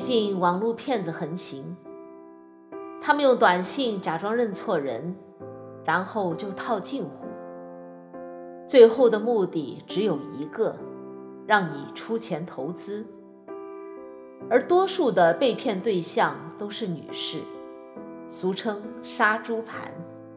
近网络骗子横行，他们用短信假装认错人，然后就套近乎，最后的目的只有一个，让你出钱投资。而多数的被骗对象都是女士，俗称杀猪盘。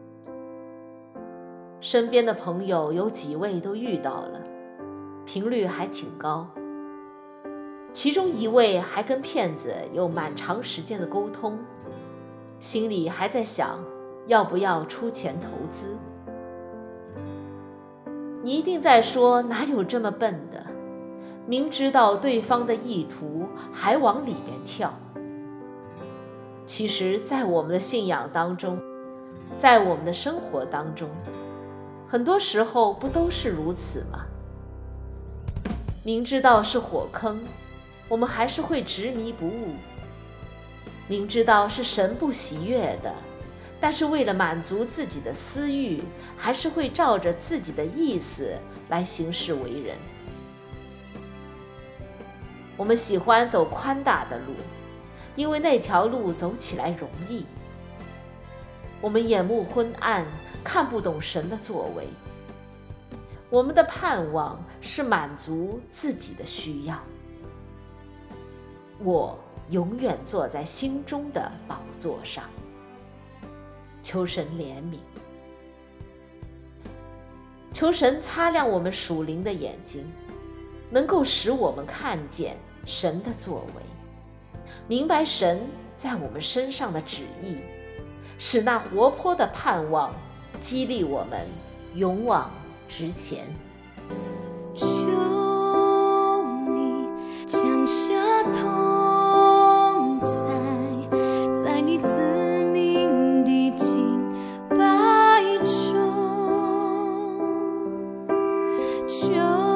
身边的朋友有几位都遇到了，频率还挺高。其中一位还跟骗子有蛮长时间的沟通，心里还在想要不要出钱投资。你一定在说，哪有这么笨的，明知道对方的意图还往里面跳。其实在我们的信仰当中，在我们的生活当中，很多时候不都是如此吗？明知道是火坑，我们还是会执迷不悟。明知道是神不喜悦的，但是为了满足自己的私欲，还是会照着自己的意思来行事为人。我们喜欢走宽大的路，因为那条路走起来容易。我们眼目昏暗，看不懂神的作为。我们的盼望是满足自己的需要。我永远坐在心中的宝座上。求神怜悯，求神擦亮我们属灵的眼睛，能够使我们看见神的作为，明白神在我们身上的旨意，使那活泼的盼望激励我们勇往直前。 求你降下同在，在你子民的敬拜中，求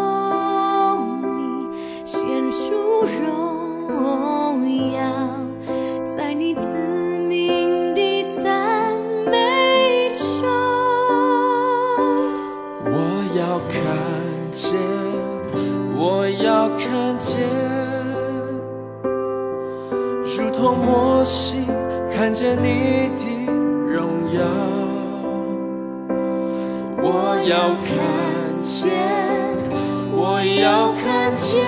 你显出荣耀，在你子民的赞美中。 我要看见，我要看见，如同摩西看见你的荣耀。我要看见，我要看见，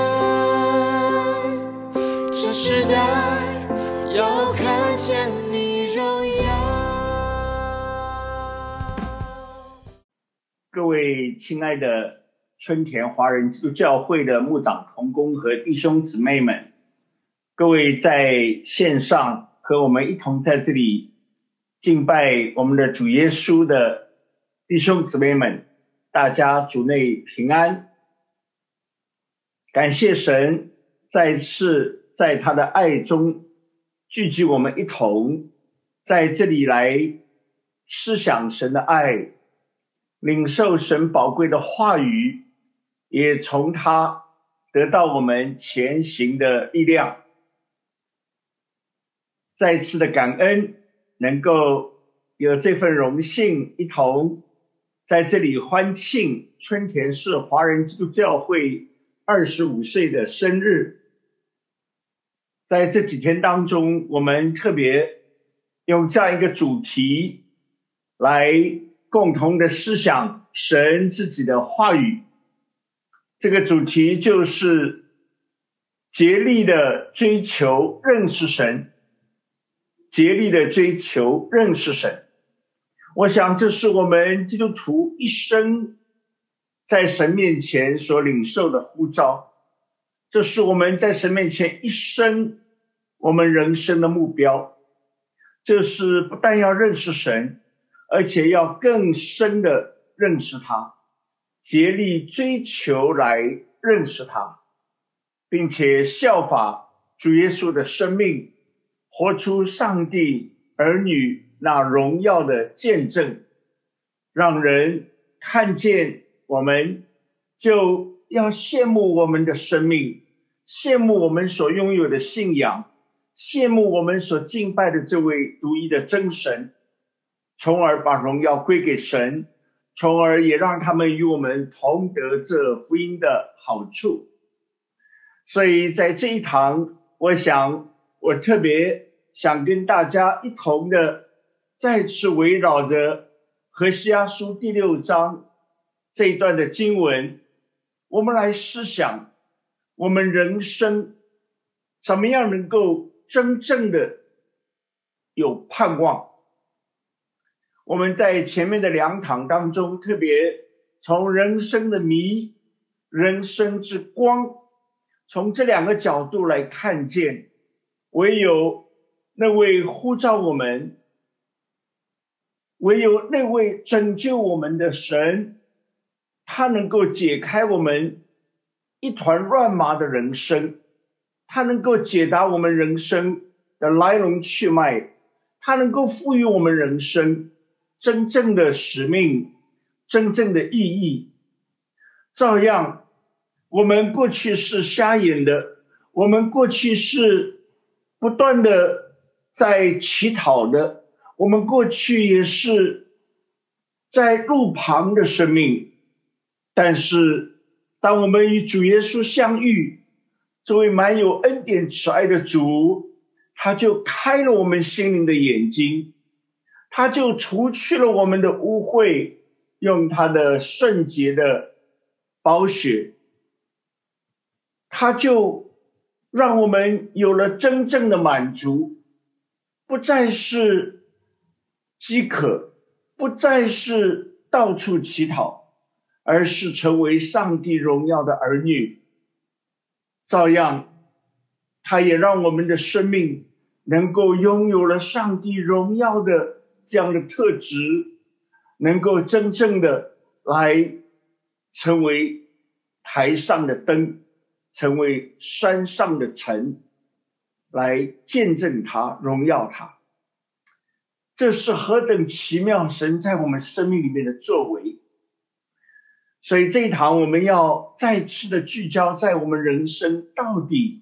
这时代要看见你荣耀。 各位亲爱的春田华人基督教会的牧长同工和弟兄姊妹们，各位在线上和我们一同在这里敬拜我们的主耶稣的弟兄姊妹们，大家主内平安。感谢神再次在他的爱中聚集我们一同在这里来思想神的爱，领受神宝贵的话语，也从他得到我们前行的力量。再次的感恩能够有这份荣幸，一同在这里欢庆春田市华人基督教会25岁的生日。在这几天当中，我们特别用这样一个主题来共同的思想神自己的话语。这个主题就是竭力的追求认识神，竭力的追求认识神。我想这是我们基督徒一生在神面前所领受的呼召，这是我们在神面前一生我们人生的目标。这是不但要认识神，而且要更深的认识他，竭力追求来认识他，并且效法主耶稣的生命，活出上帝儿女那荣耀的见证，让人看见我们就要羡慕我们的生命，羡慕我们所拥有的信仰，羡慕我们所敬拜的这位独一的真神，从而把荣耀归给神，从而也让他们与我们同得这福音的好处。所以在这一堂我想我特别想跟大家一同的再次围绕着何西阿书第6章这一段的经文，我们来思想我们人生怎么样能够真正的有盼望。我们在前面的2堂当中，特别从人生的谜、人生之光，从这2个角度来看见，唯有那位呼召我们，唯有那位拯救我们的神，他能够解开我们一团乱麻的人生，他能够解答我们人生的来龙去脉，他能够赋予我们人生真正的使命，真正的意义。照样我们过去是瞎眼的，我们过去是不断的在乞讨的，我们过去也是在路旁的生命。但是当我们与主耶稣相遇，这位满有恩典慈爱的主，他就开了我们心灵的眼睛，他就除去了我们的污秽，用他的圣洁的宝血，他就让我们有了真正的满足，不再是饥渴，不再是到处乞讨，而是成为上帝荣耀的儿女。照样他也让我们的生命能够拥有了上帝荣耀的这样的特质，能够真正的来成为台上的灯，成为山上的尘，来见证他，荣耀他。这是何等奇妙神在我们生命里面的作为。所以这一堂我们要再次的聚焦在我们人生到底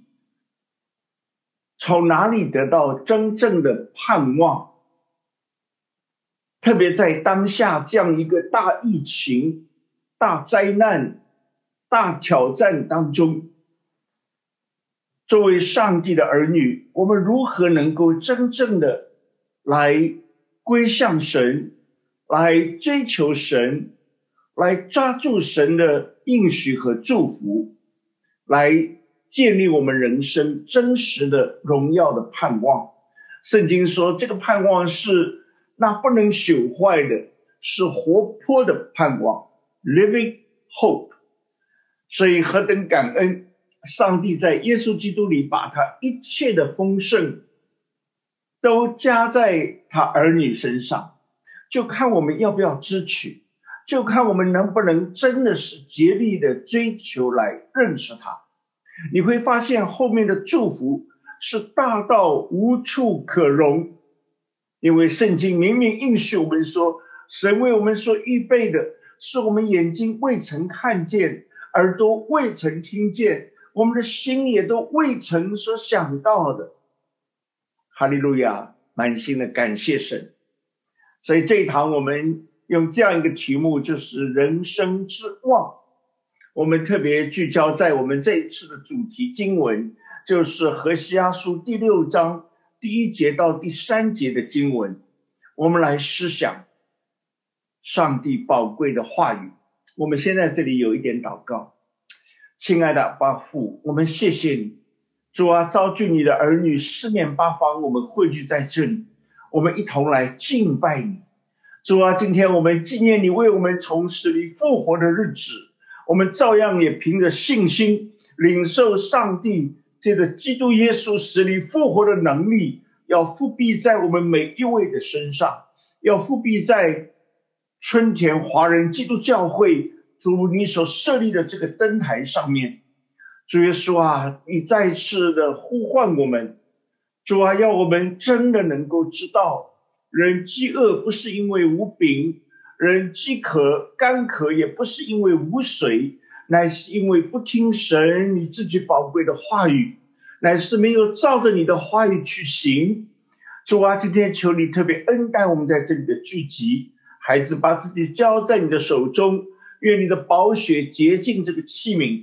从哪里得到真正的盼望。特别在当下这样一个大疫情、大灾难、大挑战当中，作为上帝的儿女，我们如何能够真正的来归向神，来追求神，来抓住神的应许和祝福，来建立我们人生真实的荣耀的盼望。圣经说这个盼望是那不能朽坏的，是活泼的盼望， living hope。 所以何等感恩，上帝在耶稣基督里把他一切的丰盛都加在他儿女身上，就看我们要不要支取，就看我们能不能真的是竭力的追求来认识他。你会发现后面的祝福是大到无处可容，因为圣经明明应许我们说，神为我们所预备的是我们眼睛未曾看见，耳朵未曾听见，我们的心也都未曾所想到的。哈利路亚，满心的感谢神。所以这一堂我们用这样一个题目，就是人生之望。我们特别聚焦在我们这一次的主题经文，就是何西阿书第6章第1节到第3节的经文。我们来思想上帝宝贵的话语。我们现在这里有一点祷告。亲爱的阿爸父，我们谢谢你，主啊，召聚你的儿女四面八方，我们汇聚在这里，我们一同来敬拜你。主啊，今天我们纪念你为我们从死里复活的日子，我们照样也凭着信心领受上帝借着基督耶稣死里复活的能力，要复辟在我们每一位的身上，要复辟在春田华人基督教会主你所设立的这个灯台上面。主耶稣啊，你再次的呼唤我们，主啊，要我们真的能够知道，人饥饿不是因为无饼，人饥渴干渴也不是因为无水，乃是因为不听神你自己宝贵的话语，乃是没有照着你的话语去行。主啊，今天求你特别恩待我们在这里的聚集，孩子把自己交在你的手中，愿你的宝血洁净这个器皿，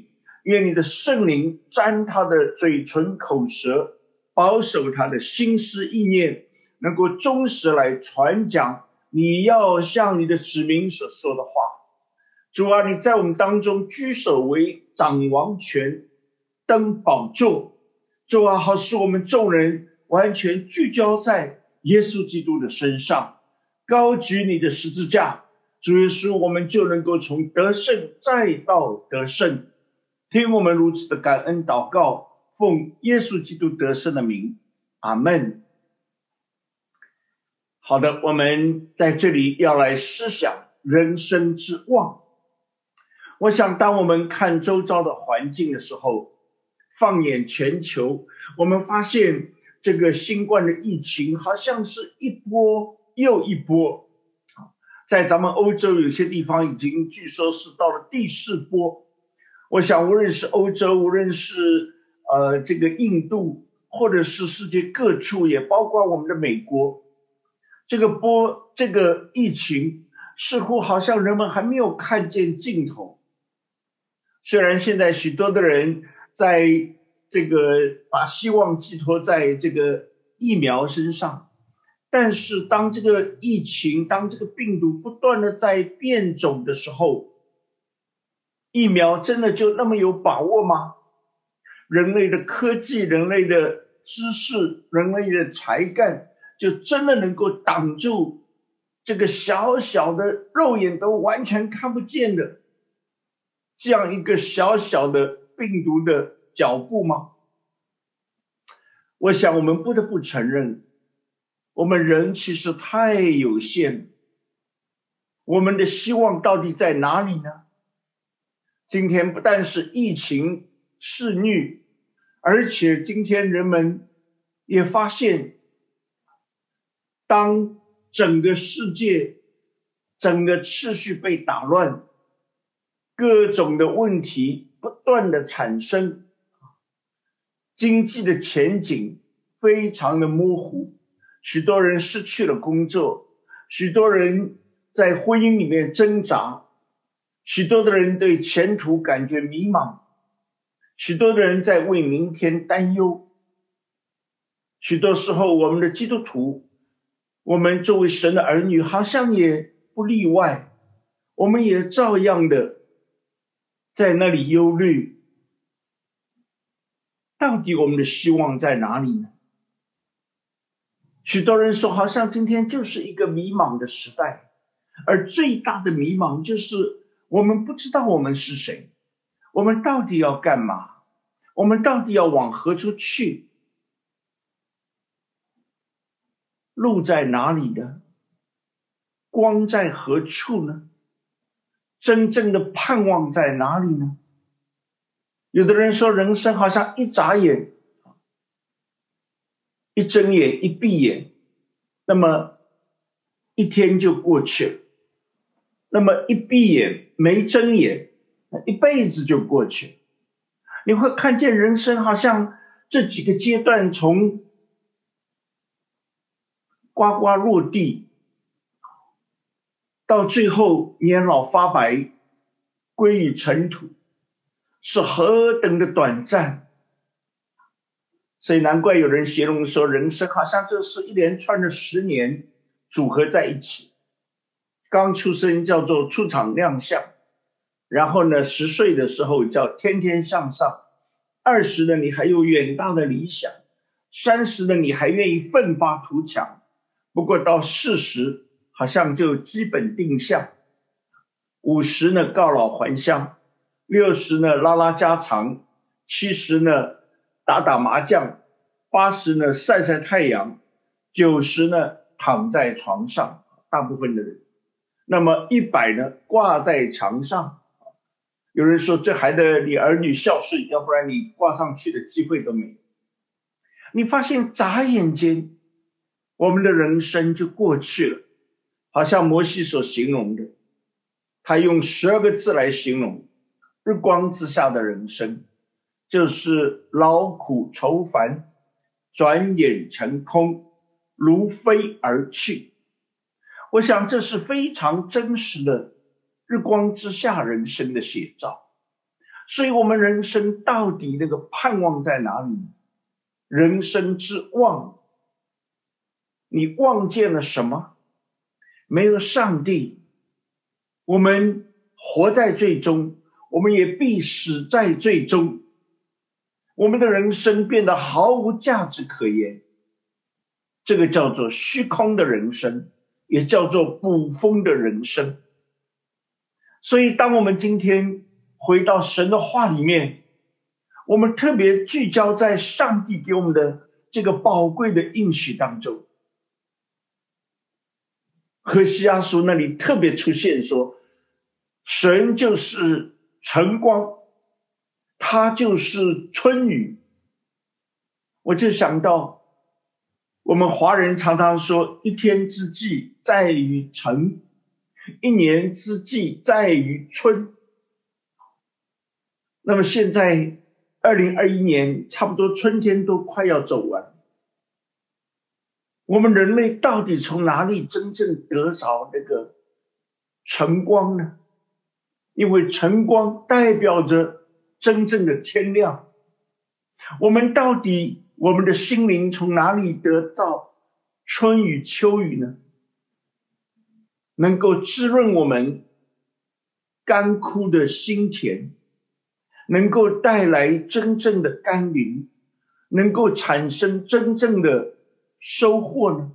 愿你的圣灵沾他的嘴唇口舌，保守他的心思意念，能够忠实来传讲你要向你的子民所说的话。主啊，你在我们当中居首为掌王权，登宝座。主啊，好使我们众人完全聚焦在耶稣基督的身上，高举你的十字架。主耶稣，我们就能够从得胜再到得胜。听我们如此的感恩祷告，奉耶稣基督得胜的名，阿们。好的，我们在这里要来思想人生之望。我想当我们看周遭的环境的时候，放眼全球，我们发现这个新冠的疫情好像是一波又一波。在咱们欧洲有些地方已经据说是到了第4波。我想无论是欧洲，无论是这个印度，或者是世界各处，也包括我们的美国，这个疫情似乎好像人们还没有看见尽头。虽然现在许多的人在这个把希望寄托在这个疫苗身上，但是当这个疫情，当这个病毒不断的在变种的时候，疫苗真的就那么有把握吗？人类的科技，人类的知识，人类的才干，就真的能够挡住这个小小的肉眼都完全看不见的这样一个小小的病毒的脚步吗？我想我们不得不承认，我们人其实太有限，我们的希望到底在哪里呢？今天不但是疫情肆虐，而且今天人们也发现，当整个世界整个秩序被打乱，各种的问题不断的产生，经济的前景非常的模糊，许多人失去了工作，许多人在婚姻里面挣扎，许多的人对前途感觉迷茫，许多的人在为明天担忧。许多时候我们的基督徒，我们作为神的儿女好像也不例外，我们也照样的在那里忧虑，到底我们的希望在哪里呢？许多人说好像今天就是一个迷茫的时代，而最大的迷茫就是我们不知道我们是谁，我们到底要干嘛，我们到底要往何处去，路在哪里呢？光在何处呢？真正的盼望在哪里呢？有的人说人生好像一眨眼，一睁眼一闭眼，那么一天就过去了，那么一闭眼没睁眼，一辈子就过去了。你会看见人生好像这几个阶段，从呱呱落地到最后年老发白归于尘土，是何等的短暂。所以难怪有人形容说，人生好像就是一连串的10年组合在一起。刚出生叫做出场亮相，然后呢10岁的时候叫天天向上，20呢你还有远大的理想，30呢你还愿意奋发图强，不过到40好像就基本定向，50呢告老还乡，60呢拉拉家常，70呢打打麻将，80呢晒晒太阳，90呢躺在床上，大部分的人。那么100呢挂在墙上。有人说这还得你儿女孝顺，要不然你挂上去的机会都没有。你发现眨眼间我们的人生就过去了，好像摩西所形容的，他用12个字来形容日光之下的人生，就是劳苦愁烦，转眼成空，如飞而去。我想这是非常真实的日光之下人生的写照。 所以我们人生到底那个盼望在哪里？人生之望，你望见了什么？没有上帝，我们活在罪中，我们也必死在罪中，我们的人生变得毫无价值可言。这个叫做虚空的人生，也叫做捕风的人生。所以当我们今天回到神的话里面，我们特别聚焦在上帝给我们的这个宝贵的应许当中。何西阿书那里特别出现说，神就是晨光，他就是春雨。我就想到我们华人常常说，一天之计在于晨，一年之计在于春。那么现在2021年差不多春天都快要走完，我们人类到底从哪里真正得着那个晨光呢？因为晨光代表着真正的天亮。我们到底我们的心灵从哪里得到春雨秋雨呢？能够滋润我们干枯的心田，能够带来真正的甘霖，能够产生真正的收获呢？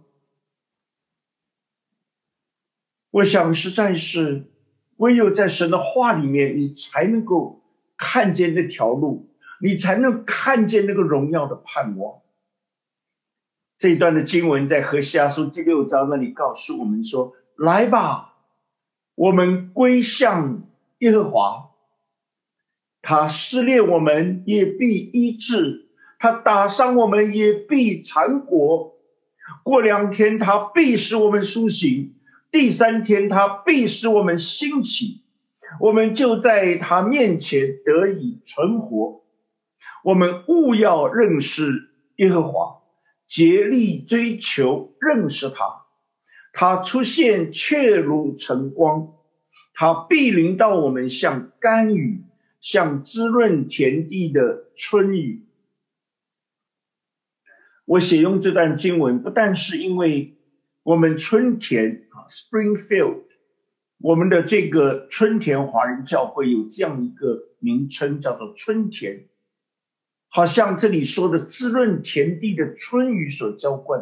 我想实在是唯有在神的话里面，你才能够看见那条路，你才能看见那个荣耀的盼望。这一段的经文在何西阿书第6章那里告诉我们说，来吧，我们归向耶和华，他撕裂我们也必医治，他打伤我们也必缠裹，过2天他必使我们苏醒，第3天他必使我们兴起，我们就在他面前得以存活。我们务要认识耶和华，竭力追求认识他，他出现却如晨光，他必临到我们像甘雨，像滋润田地的春雨。我写用这段经文不但是因为我们春田 Springfield， 我们的这个春田华人教会有这样一个名称叫做春田，好像这里说的滋润田地的春雨所浇灌，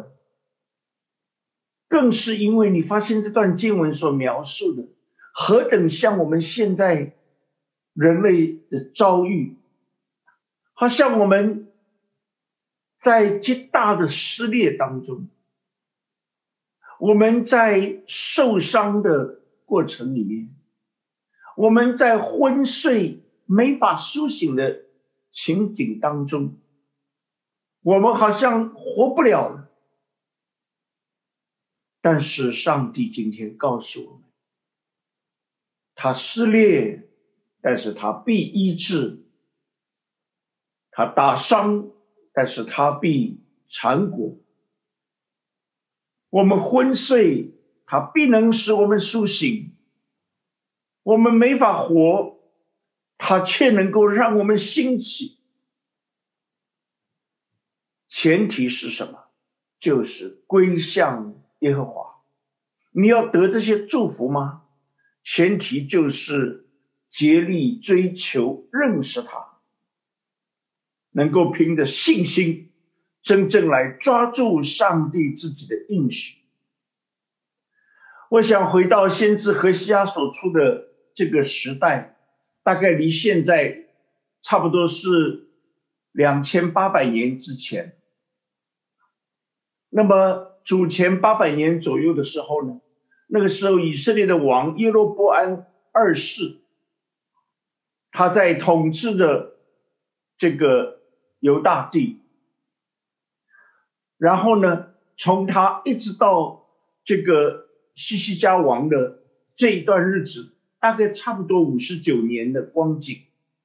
更是因为你发现这段经文所描述的何等像我们现在人类的遭遇，好像我们在极大的撕裂当中，我们在受伤的过程里面，我们在昏睡没法苏醒的情景当中，我们好像活不了了。但是上帝今天告诉我们，他撕裂，但是他必医治，他打伤，但是他必缠裹。我们昏睡，他必能使我们苏醒。我们没法活，他却能够让我们兴起。前提是什么？就是归向耶和华。你要得这些祝福吗？前提就是竭力追求认识他，能够凭着信心真正来抓住上帝自己的应许。我想回到先知何西阿所处的这个时代，大概离现在差不多是2800年之前。那么主前800年左右的时候呢，那个时候以色列的王耶罗波安2世，他在统治着这个犹大地，然后呢，从他一直到这个西西家王的这一段日子，大概差不多59年的光景。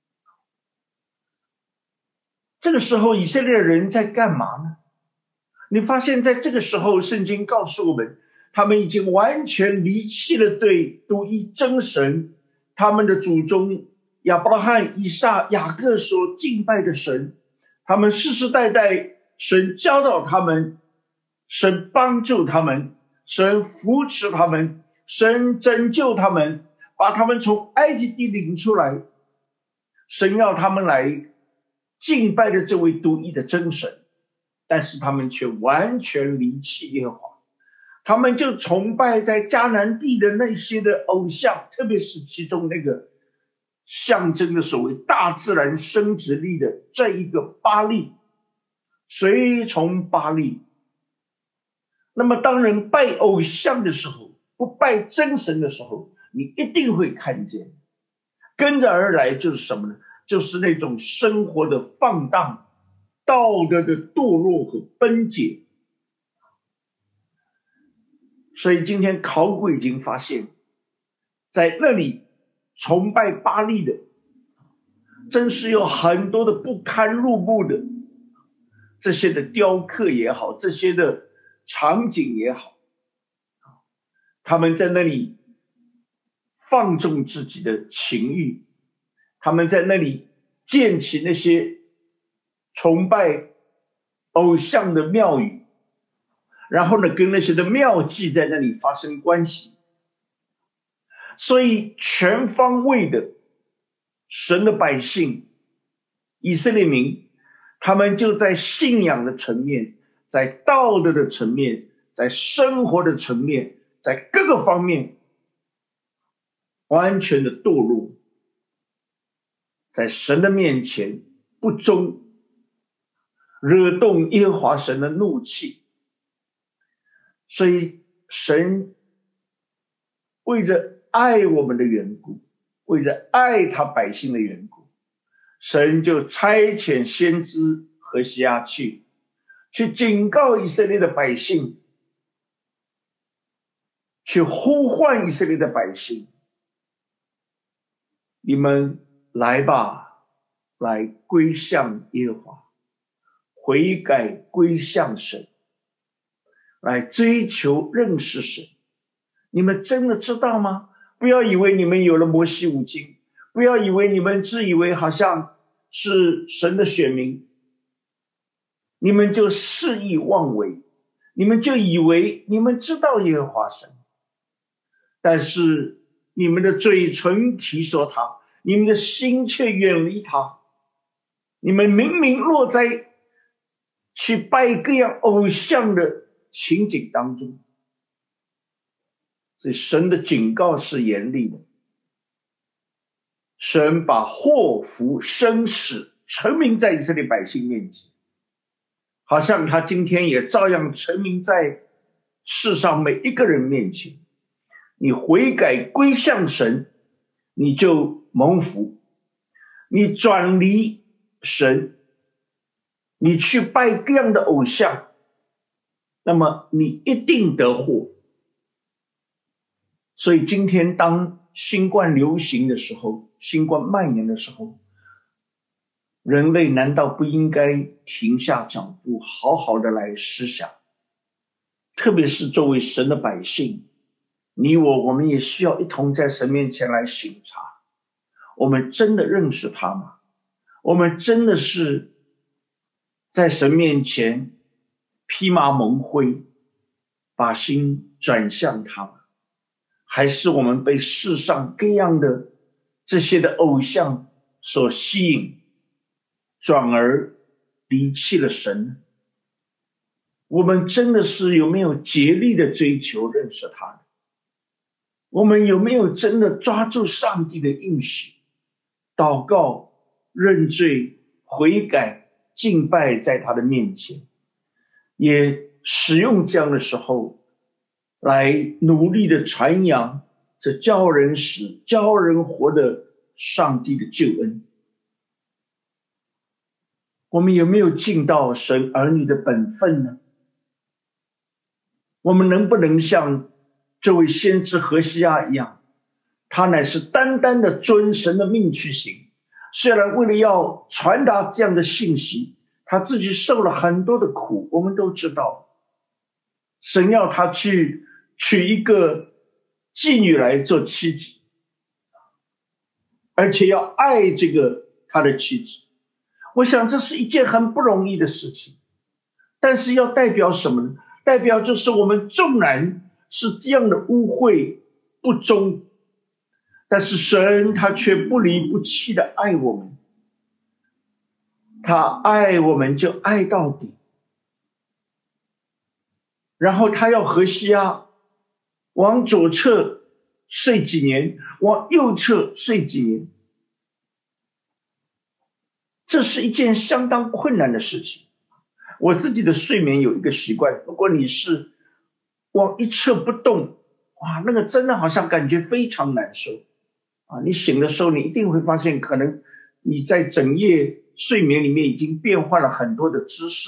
这个时候以色列人在干嘛呢？你发现在这个时候圣经告诉我们，他们已经完全离弃了对独一真神他们的祖宗亚伯拉罕、以撒、雅各所敬拜的神，他们世世代代神教导他们，神帮助他们，神扶持他们，神拯救他们，把他们从埃及地领出来。神要他们来敬拜的这位独一的真神，但是他们却完全离弃耶和华，他们就崇拜在迦南地的那些的偶像，特别是其中那个象征的所谓大自然生殖力的这一个巴力，随从巴力。那么当人拜偶像的时候，不拜真神的时候，你一定会看见跟着而来就是什么呢？就是那种生活的放荡，道德的堕落和崩解。所以今天考古已经发现，在那里崇拜巴力的真是有很多的不堪入目的这些的雕刻也好，这些的场景也好，他们在那里放纵自己的情欲，他们在那里建起那些崇拜偶像的庙宇，然后呢，跟那些的庙妓在那里发生关系。所以全方位的神的百姓以色列民，他们就在信仰的层面，在道德的层面，在生活的层面，在各个方面完全的堕落，在神的面前不忠，惹动耶和华神的怒气。所以神为着爱我们的缘故，为着爱他百姓的缘故，神就差遣先知何西阿去警告以色列的百姓，去呼唤以色列的百姓，你们来吧，来归向耶和华，悔改归向神，来追求认识神。你们真的知道吗？不要以为你们有了摩西五经，不要以为你们自以为好像是神的选民，你们就肆意妄为，你们就以为你们知道耶和华神，但是你们的嘴唇提说他，你们的心却远离他。你们明明落在去拜各样偶像的情景当中。所以神的警告是严厉的，神把祸福生死陈明在以色列百姓面前，好像他今天也照样陈明在世上每一个人面前。你悔改归向神，你就蒙福；你转离神，你去拜各样的偶像，那么你一定得祸。所以今天当新冠流行的时候，新冠蔓延的时候，人类难道不应该停下脚步，好好的来思想？特别是作为神的百姓，你我们也需要一同在神面前来省察，我们真的认识他吗？我们真的是在神面前披麻蒙灰，把心转向他吗？还是我们被世上各样的这些的偶像所吸引，转而离弃了神？我们真的是有没有竭力的追求认识他？我们有没有真的抓住上帝的应许，祷告、认罪、悔改、敬拜在他的面前，也使用这样的时候来努力的传扬这教人死、教人活的上帝的救恩？我们有没有尽到神儿女的本分呢？我们能不能像这位先知何西阿一样，他乃是单单的遵神的命去行，虽然为了要传达这样的信息，他自己受了很多的苦。我们都知道，神要他去娶一个妓女来做妻子， 而且要爱这个他的妻子。我想这是一件很不容易的事情，但是要代表什么呢？代表就是我们纵然是这样的污秽不忠，但是神他却不离不弃的爱我们，他爱我们就爱到底。然后他要何西阿往左侧睡几年，往右侧睡几年，这是一件相当困难的事情。我自己的睡眠有一个习惯，如果你是往一侧不动，哇，那个真的好像感觉非常难受啊！你醒的时候，你一定会发现，可能你在整夜睡眠里面已经变换了很多的姿势。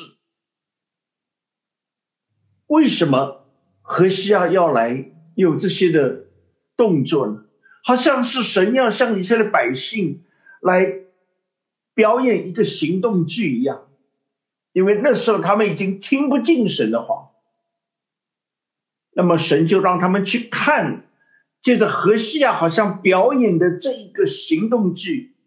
为什么何西阿要来有这些的动作呢？好像是神要向以色列百姓来表演一个行动剧一样，因为那时候他们已经听不进神的话，那么神就让他们去看，借着何西阿好像表演的这一个行动剧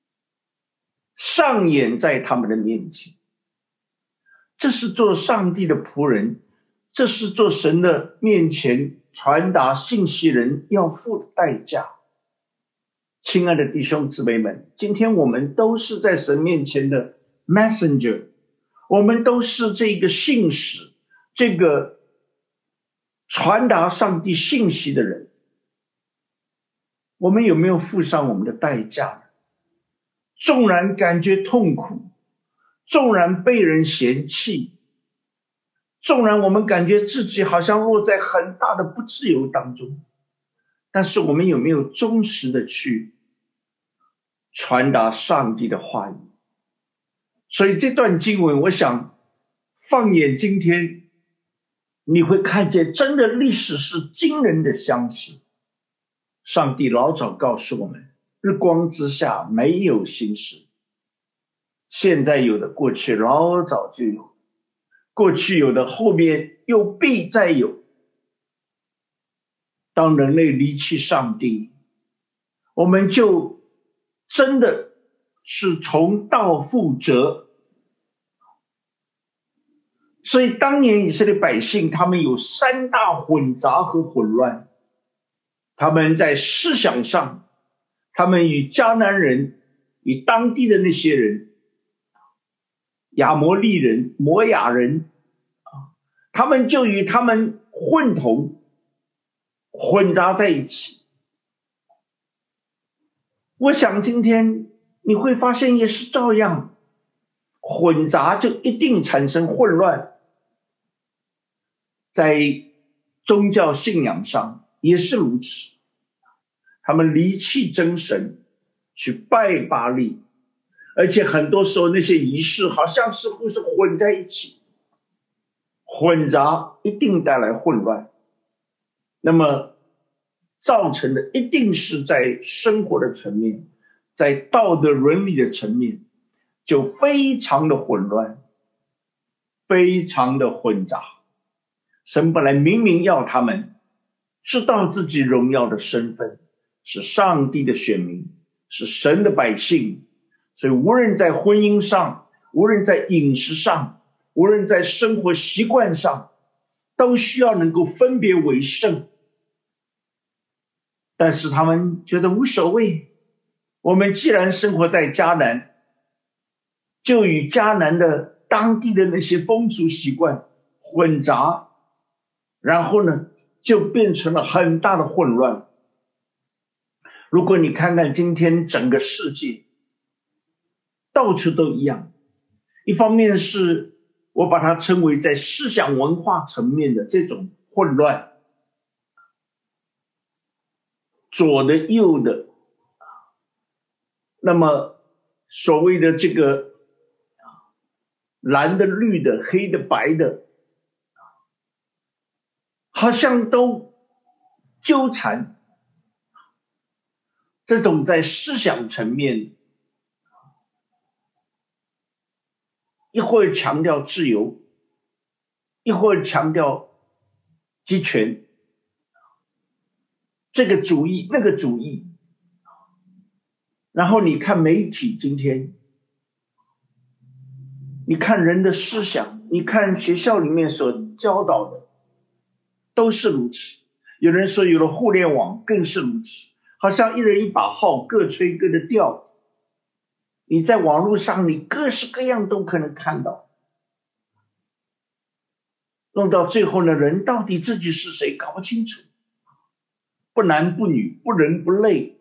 上演在他们的面前。这是做上帝的仆人，这是做神的面前传达信息人要付的代价。亲爱的弟兄姊妹们，今天我们都是在神面前的 messenger， 我们都是这个信使，这个传达上帝信息的人。我们有没有付上我们的代价呢？纵然感觉痛苦，纵然被人嫌弃，纵然我们感觉自己好像落在很大的不自由当中，但是我们有没有忠实的去传达上帝的话语？所以这段经文，我想放眼今天，你会看见真的历史是惊人的相似。上帝老早告诉我们，日光之下没有新事，现在有的过去老早就有，过去有的后面又必再有。当人类离弃上帝，我们就真的是重蹈覆辙。所以当年以色列百姓，他们有三大混杂和混乱。他们在思想上，他们与迦南人，与当地的那些人，亚摩利人、摩亚人，他们就与他们混同，混杂在一起。我想今天你会发现也是照样，混杂就一定产生混乱。在宗教信仰上也是如此，他们离弃真神，去拜巴力，而且很多时候那些仪式好像似乎是混在一起，混杂一定带来混乱，那么造成的一定是在生活的层面，在道德伦理的层面就非常的混乱，非常的混杂。神本来明明要他们知道自己荣耀的身份，是上帝的选民，是神的百姓，所以无论在婚姻上，无论在饮食上，无论在生活习惯上，都需要能够分别为圣。但是他们觉得无所谓，我们既然生活在迦南，就与迦南的当地的那些风俗习惯混杂，然后呢就变成了很大的混乱。如果你看看今天整个世界，到处都一样。一方面是我把它称为在思想文化层面的这种混乱，左的右的，那么所谓的这个蓝的绿的黑的白的，好像都纠缠。这种在思想层面，一会儿强调自由，一会儿强调集权，这个主义那个主义， 然后你看媒体今天，你看人的思想，你看学校里面所教导的，都是如此。有人说有了互联网更是如此，好像一人一把号，各吹各的调。你在网络上你各式各样都可能看到，弄到最后呢，人到底自己是谁搞不清楚，不男不女，不人不类，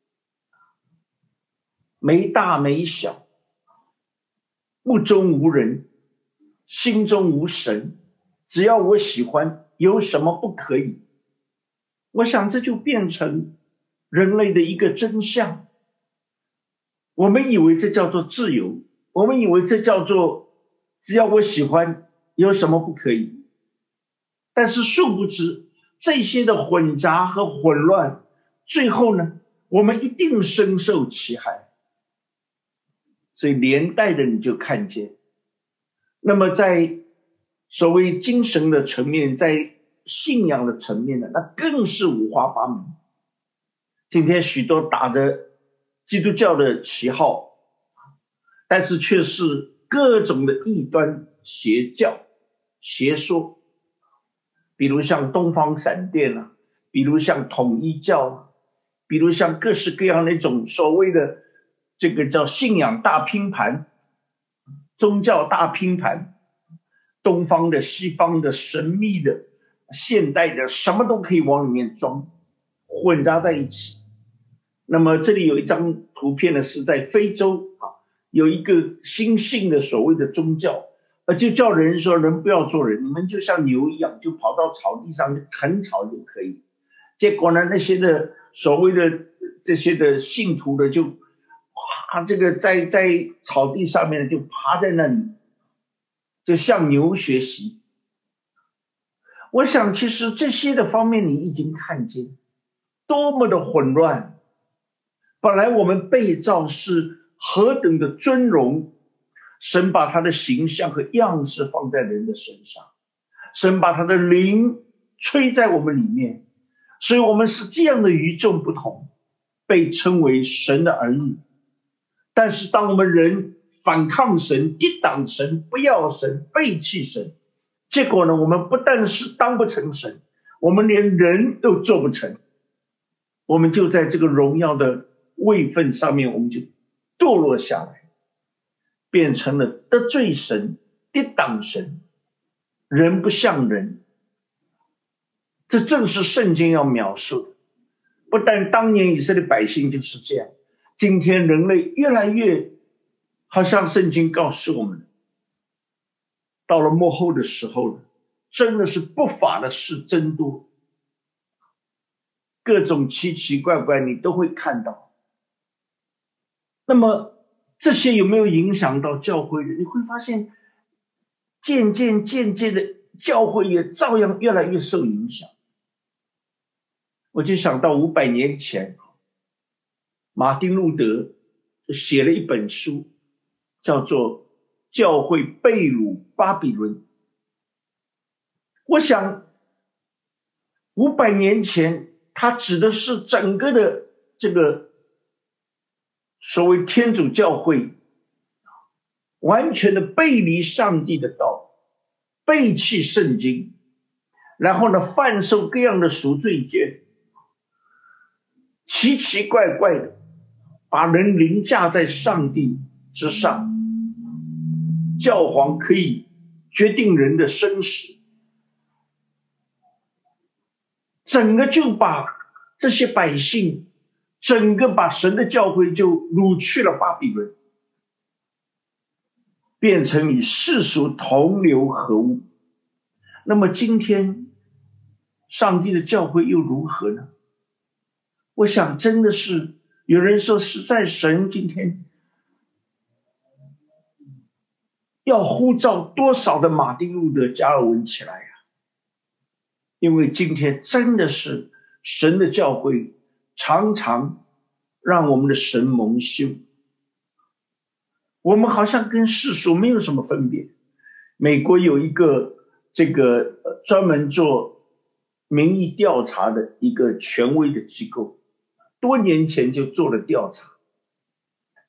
没大没小，目中无人，心中无神，只要我喜欢，有什么不可以？我想这就变成人类的一个真相。我们以为这叫做自由，我们以为这叫做只要我喜欢，有什么不可以？但是殊不知这些的混杂和混乱，最后呢，我们一定深受其害。所以连带的你就看见，那么在所谓精神的层面，在信仰的层面呢，那更是五花八门。今天许多打着基督教的旗号，但是却是各种的异端邪教邪说，比如像东方闪电啊，比如像统一教啊，比如像各式各样的一种所谓的这个叫信仰大拼盘，宗教大拼盘，东方的西方的神秘的现代的什么都可以往里面装，混杂在一起。那么这里有一张图片呢，是在非洲有一个新兴的所谓的宗教，就叫人说人不要做人，你们就像牛一样，就跑到草地上啃草就可以。结果呢，那些的所谓的这些的信徒的就这个在草地上面就爬在那里，就向牛学习。我想其实这些的方面你已经看见多么的混乱。本来我们被造是何等的尊荣，神把他的形象和样式放在人的身上，神把他的灵吹在我们里面，所以我们是这样的与众不同，被称为神的儿女。但是当我们人反抗神，抵挡神，不要神，背弃神，结果呢，我们不但是当不成神，我们连人都做不成，我们就在这个荣耀的位分上面，我们就堕落下来，变成了得罪神，抵挡神，人不像人。这正是圣经要描述的。不但当年以色列百姓就是这样，今天人类越来越好像圣经告诉我们，到了末后的时候了，真的是不法的事真多，各种奇奇怪怪你都会看到。那么这些有没有影响到教会的？你会发现渐渐的教会也照样越来越受影响。我就想到500年前马丁路德写了一本书，叫做《教会被掳巴比伦》。我想500年前他指的是整个的这个所谓天主教会完全的背离上帝的道，背弃圣经，然后呢贩售各样的赎罪券，奇奇怪怪的把人凌驾在上帝之上，教皇可以决定人的生死，整个就把这些百姓，整个把神的教会就掳去了巴比伦，变成与世俗同流合污。那么今天上帝的教会又如何呢？我想真的是有人说，实在神今天要呼召多少的马丁路德加尔文起来啊！因为今天真的是神的教会常常让我们的神蒙羞，我们好像跟世俗没有什么分别。美国有一个这个专门做民意调查的一个权威的机构，多年前就做了调查，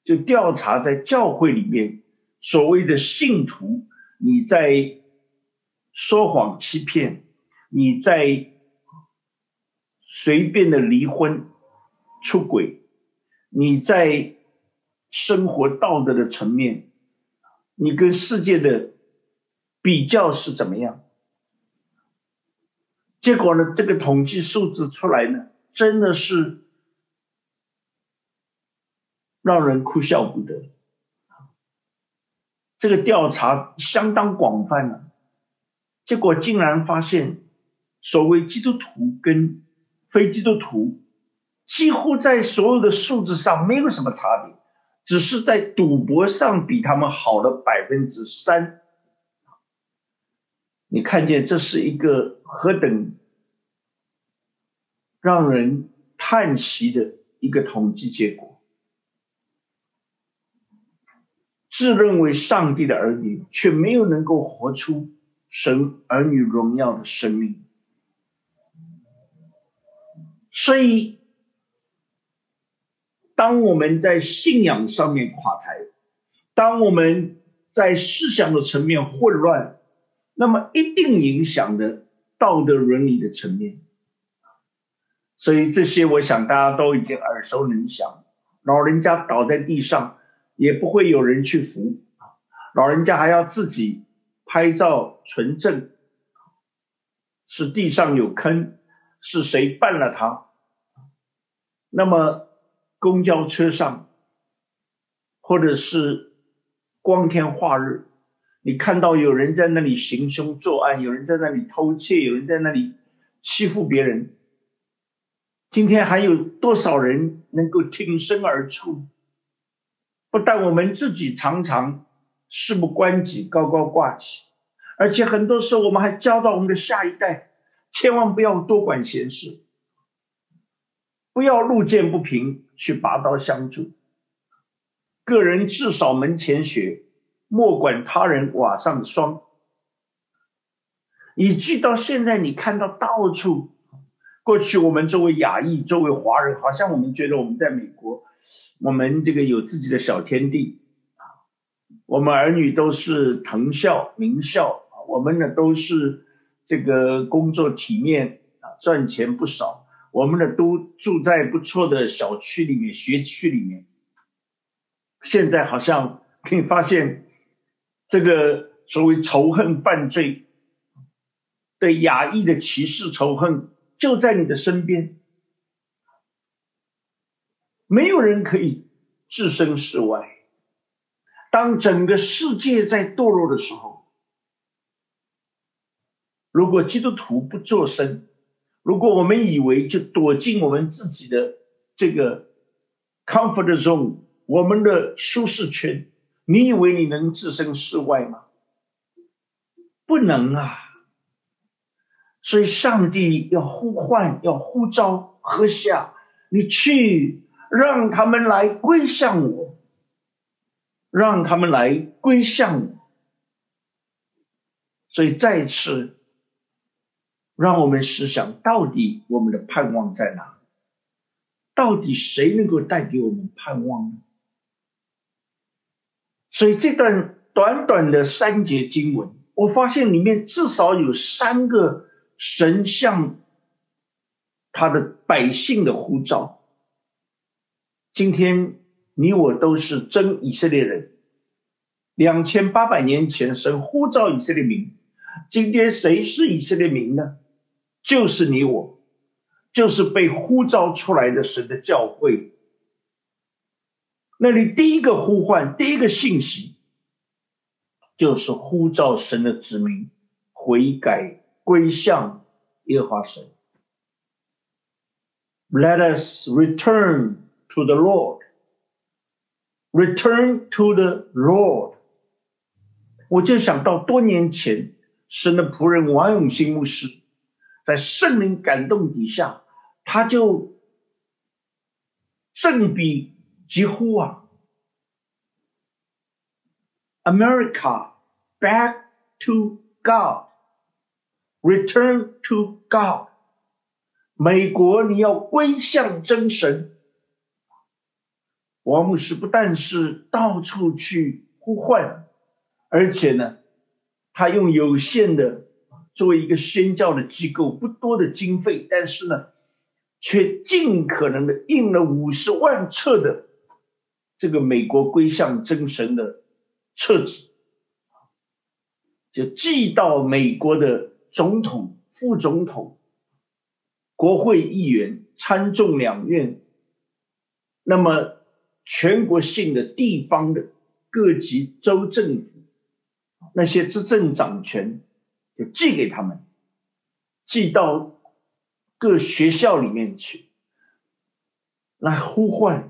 就调查在教会里面所谓的信徒，你在说谎欺骗，你在随便的离婚出轨，你在生活道德的层面，你跟世界的比较是怎么样？结果呢，这个统计数字出来呢，真的是让人哭笑不得。这个调查相当广泛了，结果竟然发现所谓基督徒跟非基督徒几乎在所有的数字上没有什么差别，只是在赌博上比他们好了 3%。 你看见这是一个何等让人叹息的一个统计结果。自认为上帝的儿女，却没有能够活出神儿女荣耀的生命。所以当我们在信仰上面垮台，当我们在思想的层面混乱，那么一定影响的道德伦理的层面。所以这些我想大家都已经耳熟能详，老人家倒在地上也不会有人去扶，老人家还要自己拍照存证，是地上有坑，是谁绊了他。那么公交车上或者是光天化日，你看到有人在那里行凶作案，有人在那里偷窃，有人在那里欺负别人，今天还有多少人能够挺身而出？不但我们自己常常事不关己高高挂起，而且很多时候我们还教导我们的下一代，千万不要多管闲事，不要路见不平去拔刀相助，个人至少门前雪，莫管他人瓦上霜。以至到现在你看到到处，过去我们作为亚裔，作为华人，好像我们觉得我们在美国，我们这个有自己的小天地，我们儿女都是藤校名校，我们呢都是这个工作体面，赚钱不少，我们呢都住在不错的小区里面，学区里面。现在好像可以发现，这个所谓仇恨犯罪对亚裔的歧视仇恨就在你的身边，没有人可以置身事外。当整个世界在堕落的时候，如果基督徒不作声，如果我们以为就躲进我们自己的这个 comfort zone， 我们的舒适圈，你以为你能置身事外吗？不能啊！所以上帝要呼唤，要呼召何夏，你去让他们来归向我，让他们来归向我。所以再次让我们思想，到底我们的盼望在哪？到底谁能够带给我们盼望呢？所以这段短短的3节经文，我发现里面至少有3个神向他的百姓的呼召。今天你我都是真以色列人，2800年前神呼召以色列民，今天谁是以色列民呢？就是你我，就是被呼召出来的神的教会。那里第一个呼唤，第一个信息，就是呼召神的子民悔改归向耶和华神。 Let us return to the Lord. Return to the Lord. 我就想到多年前神的仆人王永新牧师在圣灵感动底下，他就振笔疾呼啊， America back to God. Return to God. 美国你要归向真神。 王牧师不但是到处去呼唤，而且呢，他用有限的作为一个宣教的机构，不多的经费，但是呢，却尽可能的印了50万册的这个美国归向真神的册子，就寄到美国的总统、副总统、国会议员、参众两院，那么全国性的地方的各级州政府，那些执政掌权就寄给他们，寄到各学校里面去，来呼唤。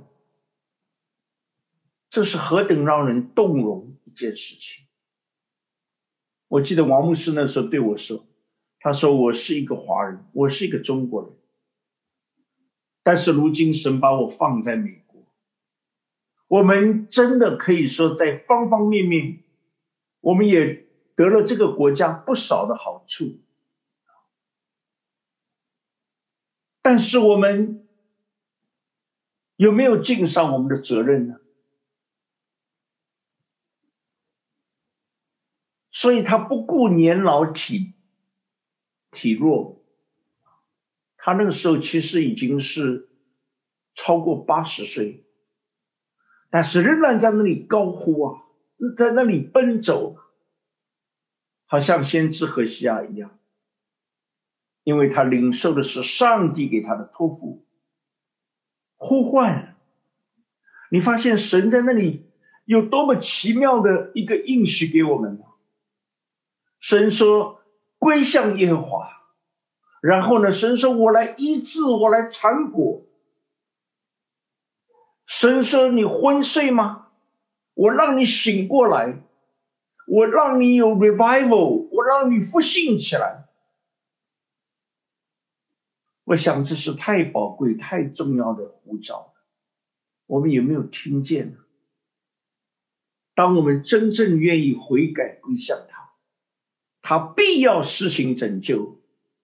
这是何等让人动容一件事情。我记得王牧师那时候对我说，他说我是一个华人，我是一个中国人，但是如今神把我放在美国，我们真的可以说在方方面面，我们也得了这个国家不少的好处，但是我们有没有尽上我们的责任呢？所以他不顾年老体弱，他那个时候其实已经是超过80岁，但是仍然在那里高呼啊，在那里奔走，好像先知何西阿一样，因为他领受的是上帝给他的托付，呼唤。你发现神在那里有多么奇妙的一个应许给我们呢？神说归向耶和华，然后呢，神说我来医治，我来缠果。神说你昏睡吗？我让你醒过来，我让你有 revival， 我让你复兴起来。我想这是太宝贵太重要的呼召了，我们有没有听见呢？当我们真正愿意悔改归向他，他必要施行拯救。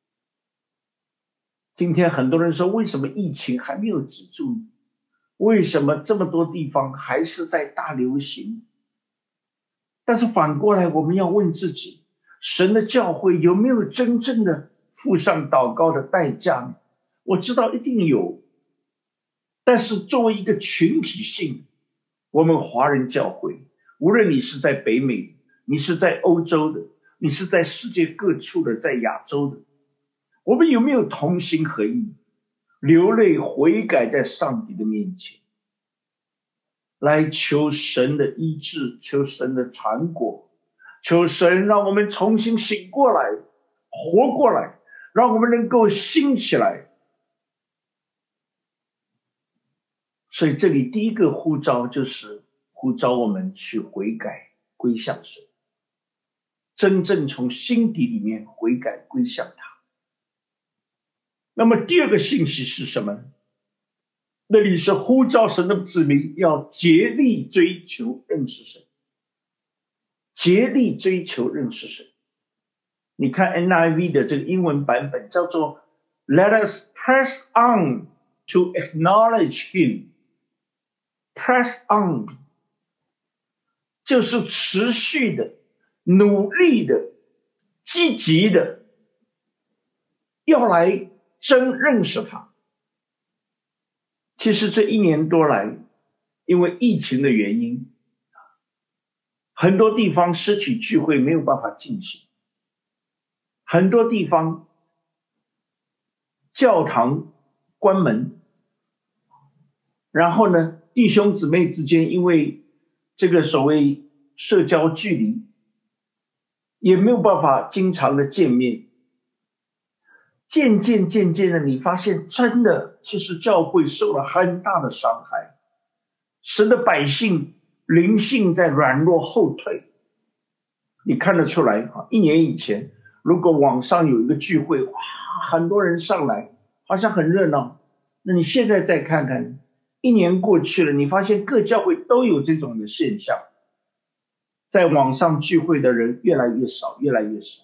今天很多人说，为什么疫情还没有止住？为什么这么多地方还是在大流行？但是反过来，我们要问自己，神的教会有没有真正的付上祷告的代价呢？我知道一定有，但是作为一个群体性，我们华人教会，无论你是在北美，你是在欧洲的，你是在世界各处的，在亚洲的，我们有没有同心合意，流泪悔改在上帝的面前，来求神的医治，求神的缠果，求神让我们重新醒过来，活过来，让我们能够兴起来。所以这里第一个呼召就是呼召我们去悔改归向神，真正从心底里面悔改归向他。那么第二个信息是什么呢？那里是呼召神的子民要竭力追求认识神，竭力追求认识神。你看 NIV 的这个英文版本叫做 Let us press on to acknowledge him。 Press on 就是持续的、努力的、积极的要来真认识他。其实这1年多来，因为疫情的原因，很多地方实体聚会没有办法进行，很多地方教堂关门，然后呢，弟兄姊妹之间因为这个所谓社交距离，也没有办法经常的见面。渐渐的，你发现真的，其实教会受了很大的伤害，神的百姓灵性在软弱后退。你看得出来，1年以前，如果网上有一个聚会，哇，很多人上来，好像很热闹。那你现在再看看，1年过去了，你发现各教会都有这种的现象，在网上聚会的人越来越少，越来越少。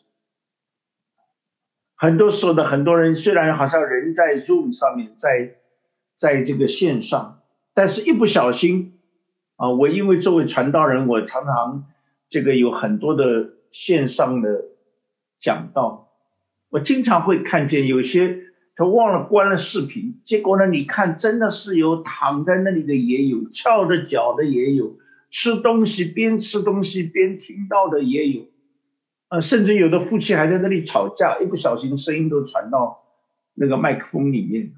很多时候的很多人虽然好像人在 Zoom 上面，在这个线上， 但是一不小心我因为作为传道人，我常常有很多的线上的讲道，我经常会看见有些他忘了关了视频，结果呢，你看真的是有躺在那里的也有，翘着脚的也有，边吃东西边听到的也有，甚至有的夫妻还在那里吵架，一不小心声音都传到那个麦克风里面。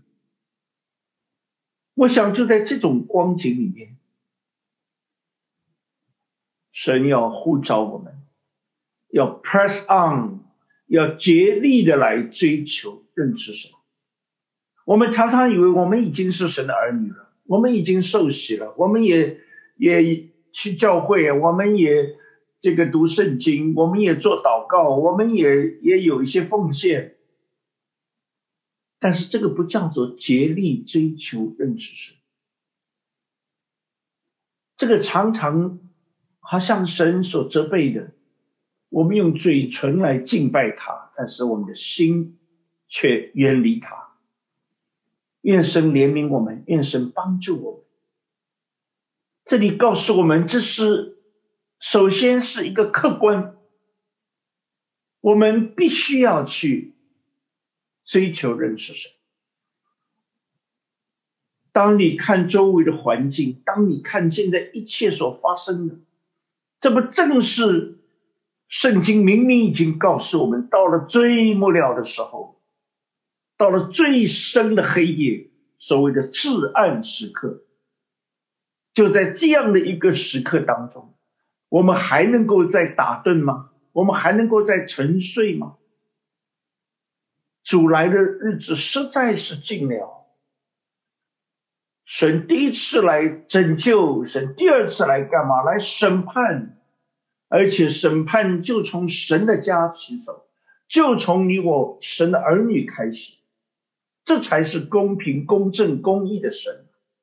我想就在这种光景里面，神要呼召我们，要 press on， 要竭力的来追求认识神。我们常常以为我们已经是神的儿女了，我们已经受洗了，我们也去教会，我们也读圣经，我们也做祷告，我们也有一些奉献，但是这个不叫做竭力追求认识神。这个常常好像神所责备的，我们用嘴唇来敬拜他，但是我们的心却远离他。愿神怜悯我们，愿神帮助我们。这里告诉我们，这是首先是一个客观，我们必须要去追求认识神。当你看周围的环境，当你看现在一切所发生的，这不正是圣经明明已经告诉我们，到了最末了的时候，到了最深的黑夜，所谓的至暗时刻，就在这样的一个时刻当中，我们还能够再打盹吗？我们还能够再沉睡吗？主来的日子实在是近了，神第一次来拯救，神第二次来干嘛？来审判，而且审判就从神的家起手，就从你我神的儿女开始，这才是公平公正公义的神。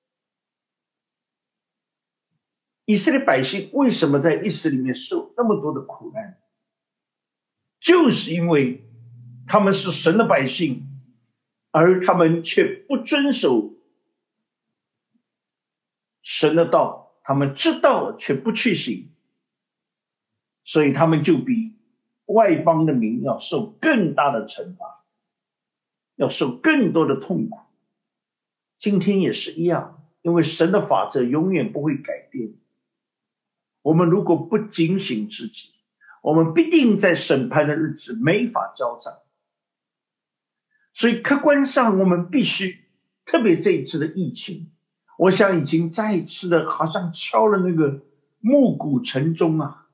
以色列百姓为什么在历史里面受那么多的苦难？就是因为他们是神的百姓，而他们却不遵守神的道，他们知道却不去行，所以他们就比外邦的民要受更大的惩罚，要受更多的痛苦。今天也是一样，因为神的法则永远不会改变。我们如果不警醒自己，我们必定在审判的日子没法交账。所以客观上我们必须，特别这一次的疫情，我想已经再一次的好像敲了那个暮鼓晨钟啊。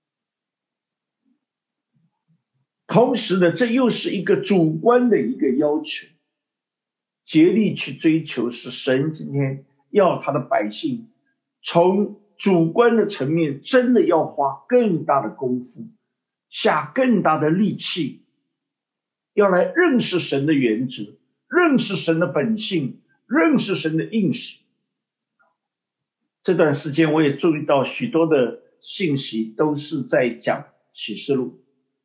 同时呢，这又是一个主观的一个要求，竭力去追求，是神今天要他的百姓从主观的层面真的要花更大的功夫，下更大的力气，要来认识神的原则，认识神的本性，认识神的应许。这段时间我也注意到许多的信息都是在讲启示录。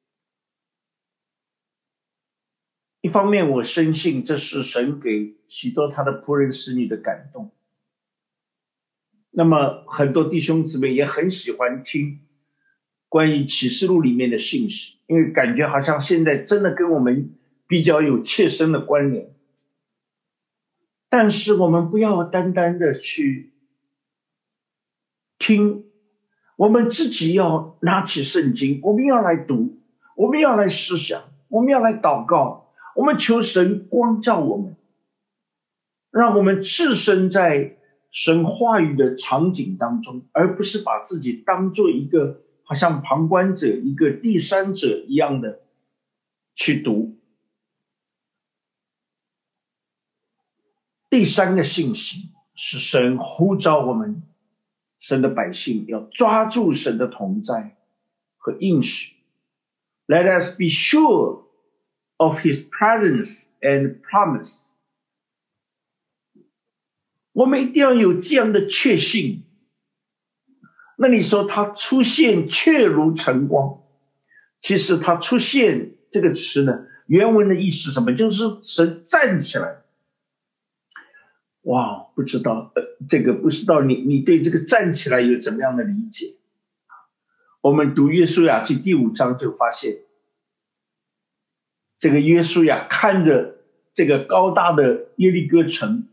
一方面我深信这是神给许多他的仆人使女的感动，那么很多弟兄姊妹也很喜欢听关于启示录里面的信息，因为感觉好像现在真的跟我们比较有切身的关联。但是我们不要单单的去听，我们自己要拿起圣经，我们要来读，我们要来思想，我们要来祷告，我们求神光照我们，让我们置身在神话语的场景当中，而不是把自己当作一个好像旁观者，一个第三者一样的去读。第三个信息是神呼召我们神的百姓要抓住神的同在和应许。 Let us be sure of his presence and promise。 我们一定要有这样的确信。那你说他出现确如晨光，其实他出现这个词呢，原文的意思是什么？就是神站起来。 哇，不知道不知道你对这个站起来有怎么样的理解？我们读约书亚记第5章就发现，这个约书亚看着这个高大的耶利哥城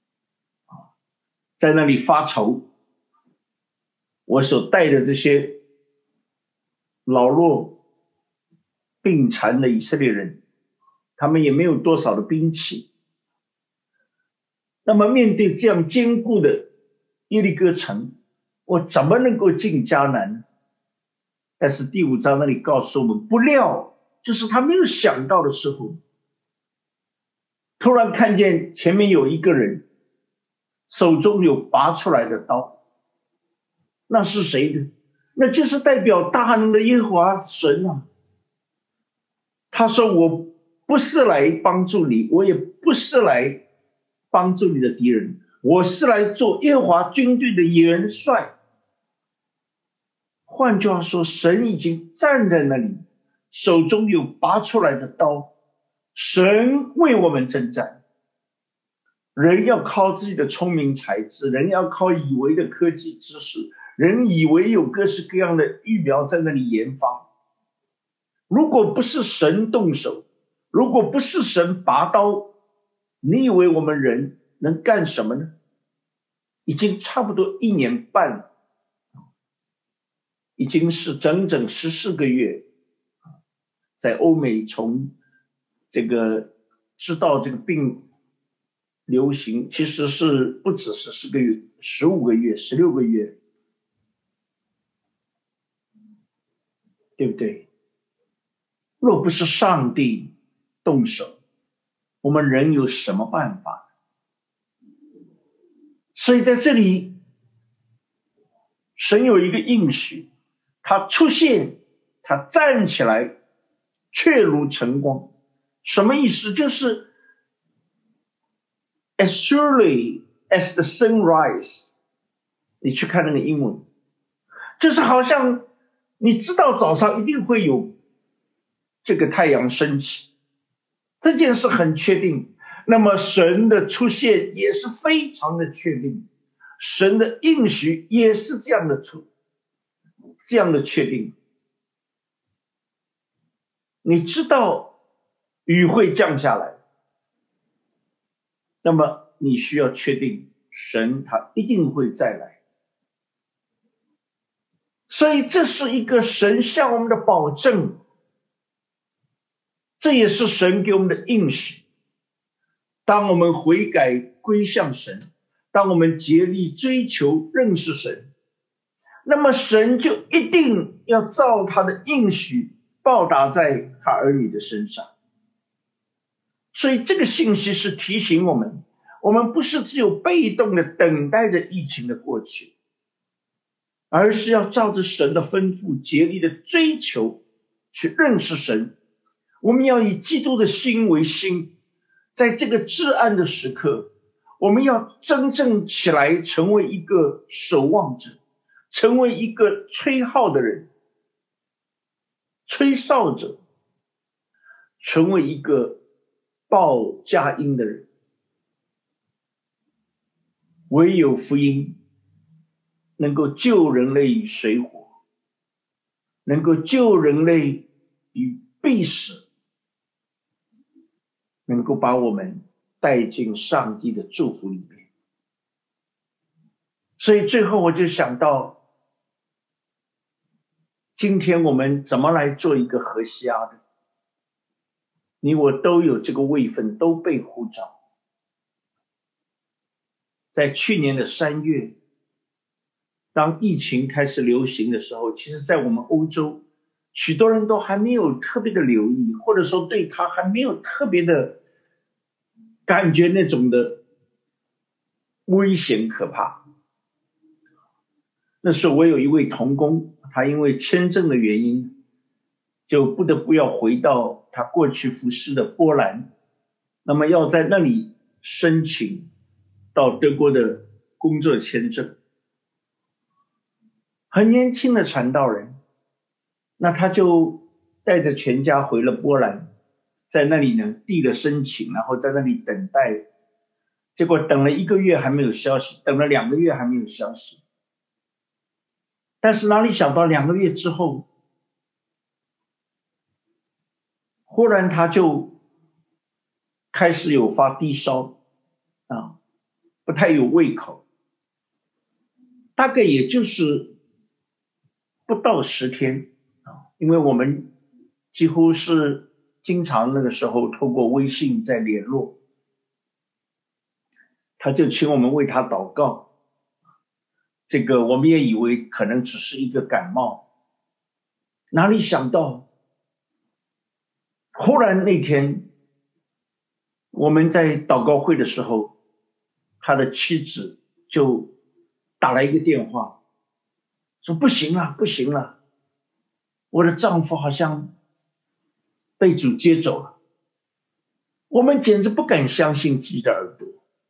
在那里发愁，我所带的这些老弱病残的以色列人，他们也没有多少的兵器，那么面对这样坚固的耶利哥城，我怎么能够进迦南呢？但是第5章那里告诉我们，不料就是他没有想到的时候，突然看见前面有一个人手中有拔出来的刀，那是谁呢？那就是代表大能的耶和华神啊。他说，我不是来帮助你，我也不是来帮助你的敌人，我是来做耶和华军队的元帅。换句话说，神已经站在那里，手中有拔出来的刀，神为我们征战。人要靠自己的聪明才智，人要靠以为的科技知识，人以为有各式各样的疫苗在那里研发。如果不是神动手，如果不是神拔刀，你以为我们人能干什么呢？已经差不多1年半了，已经是整整14个月，在欧美从这个知道这个病流行，其实是不止14个月，15个月16个月，对不对？若不是上帝动手，我们人有什么办法？所以在这里神有一个应许，他出现，他站起来，确如晨光。什么意思？就是 as surely as the sunrise， 你去看那个英文，就是好像你知道早上一定会有这个太阳升起，这件事很确定。那么神的出现也是非常的确定，神的应许也是这样的确定。你知道雨会降下来，那么你需要确定神他一定会再来。所以这是一个神向我们的保证，这也是神给我们的应许。当我们悔改归向神，当我们竭力追求认识神，那么神就一定要照他的应许报答在他儿女的身上。所以这个信息是提醒我们，我们不是只有被动的等待着疫情的过去，而是要照着神的吩咐竭力的追求去认识神。我们要以基督的心为心，在这个至暗的时刻，我们要真正起来成为一个守望者，成为一个吹号的人，吹哨者，成为一个报佳音的人。唯有福音能够救人类于水火，能够救人类于必死，能够把我们带进上帝的祝福里面。所以最后我就想到，今天我们怎么来做一个何西阿的？你我都有这个位分，都被呼召。在去年的3月，当疫情开始流行的时候，其实在我们欧洲，许多人都还没有特别的留意，或者说对他还没有特别的感觉那种的危险可怕。那时候我有一位同工，他因为签证的原因，就不得不要回到他过去服侍的波兰，那么要在那里申请到德国的工作签证。很年轻的传道人，那他就带着全家回了波兰，在那里呢递了申请，然后在那里等待结果等了1个月还没有消息，等了2个月还没有消息。但是哪里想到2个月之后，忽然他就开始有发低烧不太有胃口，大概也就是不到10天因为我们几乎是经常那个时候透过微信在联络，他就请我们为他祷告。这个我们也以为可能只是一个感冒，哪里想到忽然那天我们在祷告会的时候，他的妻子就打来一个电话，说不行了，不行了，我的丈夫好像被主接走了。我们简直不敢相信自己的耳朵。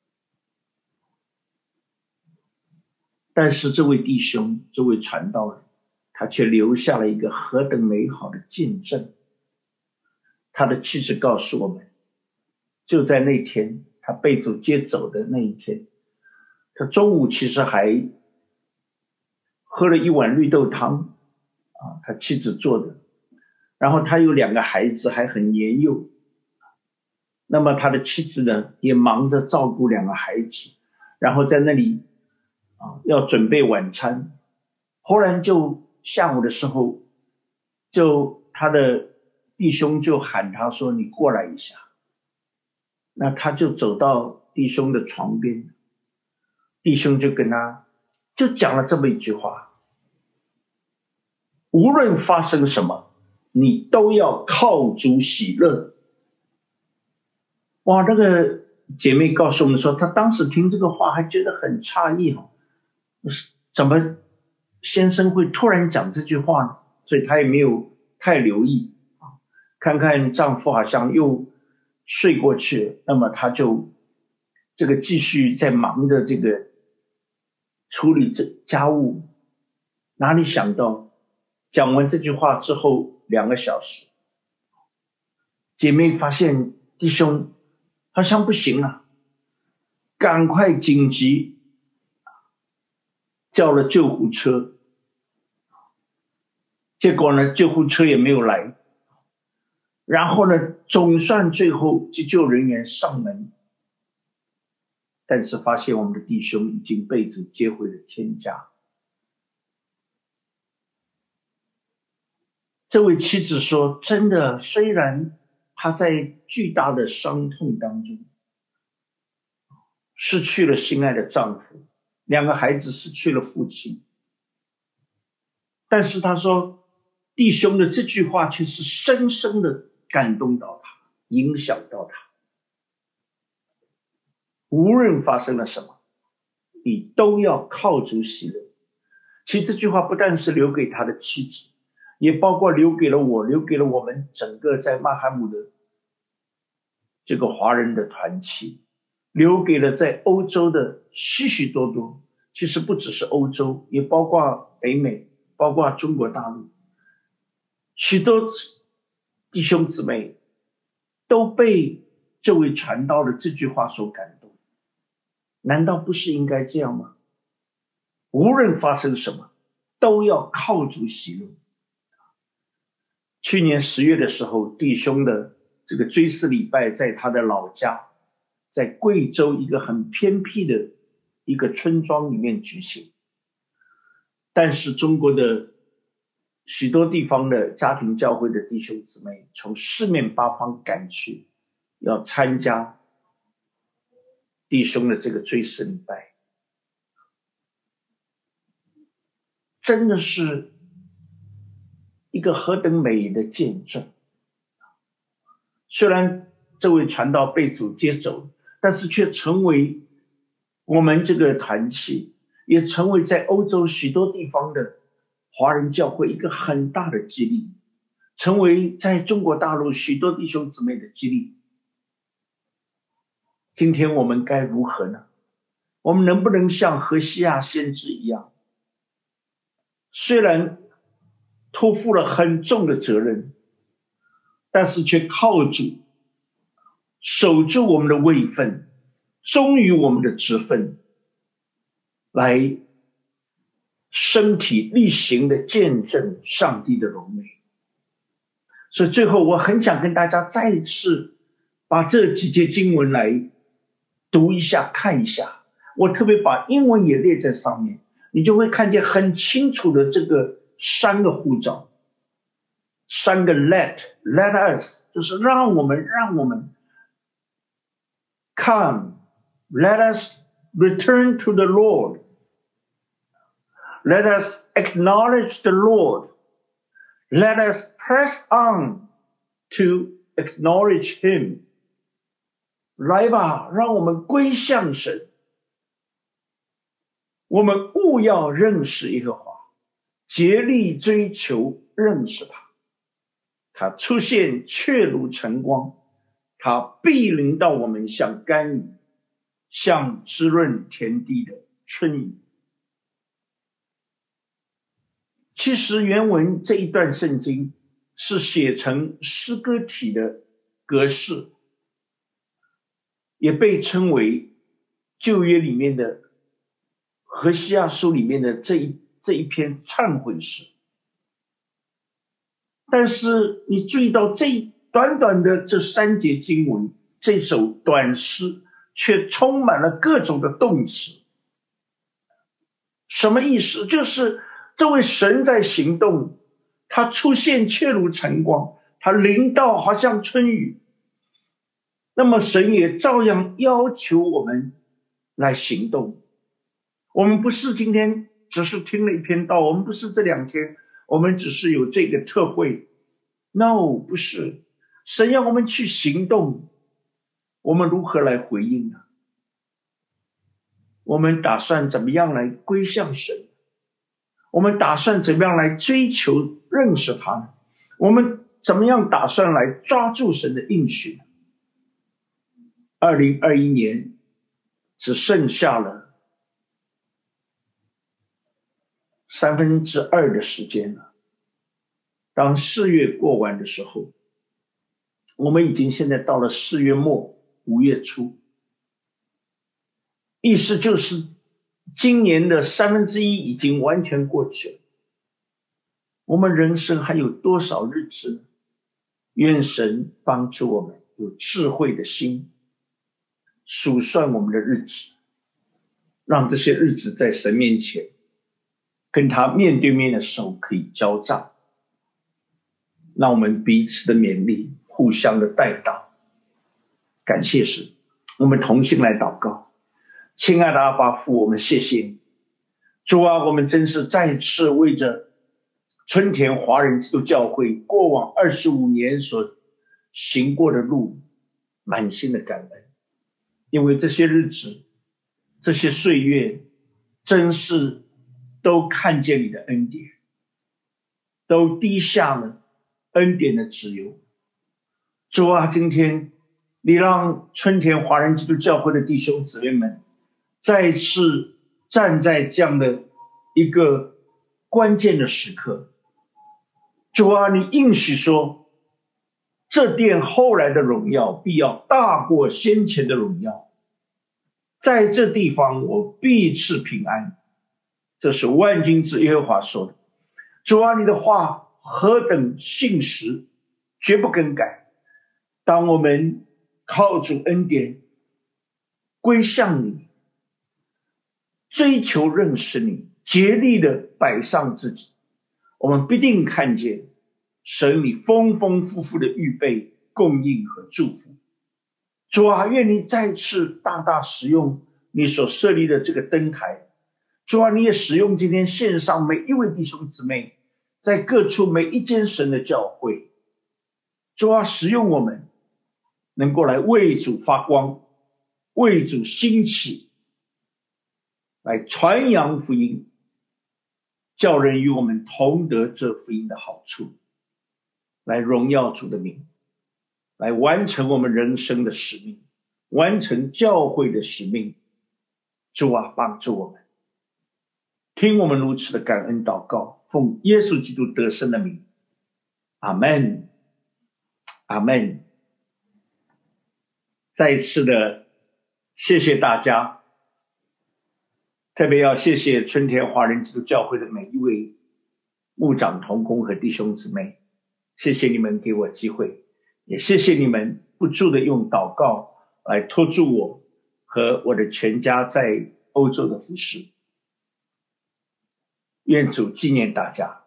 但是这位弟兄，这位传道人，他却留下了一个何等美好的见证。他的妻子告诉我们，就在那天他被主接走的那一天，他中午其实还喝了1碗绿豆汤他妻子做的，然后他有2个孩子还很年幼，那么他的妻子呢也忙着照顾2个孩子，然后在那里要准备晚餐。忽然就下午的时候，就他的弟兄就喊他说你过来一下，那他就走到弟兄的床边，弟兄就跟他就讲了这么一句话，无论发生什么，你都要靠主喜乐。哇，那个姐妹告诉我们说，她当时听这个话还觉得很诧异怎么先生会突然讲这句话呢？所以她也没有太留意看看丈夫好像又睡过去，那么她就这个继续在忙着这个处理这家务。哪里想到讲完这句话之后2个小时，姐妹发现弟兄好像不行了，赶快紧急叫了救护车，结果呢救护车也没有来，然后呢总算最后急救人员上门，但是发现我们的弟兄已经被主接回了天家。这位妻子说，真的，虽然她在巨大的伤痛当中失去了心爱的丈夫，2个孩子失去了父亲，但是她说弟兄的这句话却是深深的感动到她，影响到她。无论发生了什么，你都要靠主喜乐。其实这句话不但是留给他的妻子，也包括留给了我，留给了我们整个在曼哈姆的这个华人的团体，留给了在欧洲的许许多多，其实不只是欧洲，也包括北美，包括中国大陆，许多弟兄姊妹都被这位传道的这句话所感动。难道不是应该这样吗？无论发生什么，都要靠主喜乐。去年10月的时候，弟兄的这个追思礼拜在他的老家，在贵州一个很偏僻的一个村庄里面举行。但是中国的许多地方的家庭教会的弟兄姊妹从四面八方赶去，要参加弟兄的这个追思礼拜。真的是一个何等美的见证。虽然这位传道被主接走，但是却成为我们这个团体，也成为在欧洲许多地方的华人教会一个很大的激励，成为在中国大陆许多弟兄姊妹的激励。今天我们该如何呢？我们能不能像何西亚先知一样，虽然托付了很重的责任，但是却靠主守住我们的位分， 忠于我们的职分，来身体力行的见证上帝的荣美。所以最后我很想跟大家再一次把这几节经文来读一下看一下，我特别把英文也列在上面，你就会看见很清楚的这个3个呼召，3个 let us， 就是让我们 come， let us return to the Lord， let us acknowledge the Lord， let us press on to acknowledge Him。 来吧，让我们归向神，我们务要认识耶和华，竭力追求认识他。他出现却如晨光，他必临到我们像甘雨，像滋润田地的春雨。其实原文这一段圣经是写成诗歌体的格式，也被称为旧约里面的何西阿书里面的这一篇忏悔诗。但是你注意到这短短的这3节经文，这首短诗却充满了各种的动词。什么意思？就是这位神在行动，他出现却如晨光，他临到好像春雨。那么神也照样要求我们来行动。我们不是今天只是听了一篇道，我们不是这2天我们只是有这个特会， No， 不是。神要我们去行动，我们如何来回应呢？我们打算怎么样来归向神？我们打算怎么样来追求认识他呢？我们怎么样打算来抓住神的应许呢？2021年只剩下了2/3的时间了。当4月过完的时候，我们已经现在到了4月末5月初，意思就是今年的1/3已经完全过去了。我们人生还有多少日子呢？愿神帮助我们有智慧的心，数算我们的日子，让这些日子在神面前跟他面对面的时候可以交账。让我们彼此的勉励，互相的带导。感谢神，我们同心来祷告。亲爱的阿爸父，我们谢谢你。主啊，我们真是再次为着春田华人基督教会过往25年所行过的路满心的感恩，因为这些日子这些岁月真是都看见你的恩典，都滴下了恩典的旨油。主啊，今天你让春田华人基督教会的弟兄姊妹们再次站在这样的一个关键的时刻。主啊，你应许说，这殿后来的荣耀必要大过先前的荣耀，在这地方我必赐平安。这是万军之耶和华说的。主啊，你的话何等信实，绝不更改。当我们靠主恩典归向你，追求认识你，竭力的摆上自己，我们必定看见神你丰丰富富的预备、供应和祝福。主啊，愿你再次大大使用你所设立的这个灯台。主啊，你也使用今天线上每一位弟兄姊妹，在各处每一间神的教会。主啊，使用我们能够来为主发光，为主兴起，来传扬福音，叫人与我们同得这福音的好处，来荣耀主的名，来完成我们人生的使命，完成教会的使命。主啊，帮助我们，听我们如此的感恩祷告，奉耶稣基督得胜的名，阿们，阿们。再一次的谢谢大家，特别要谢谢春天华人基督教会的每一位牧长同工和弟兄姊妹，谢谢你们给我机会，也谢谢你们不住的用祷告来托住我和我的全家在欧洲的服事。愿主纪念大家。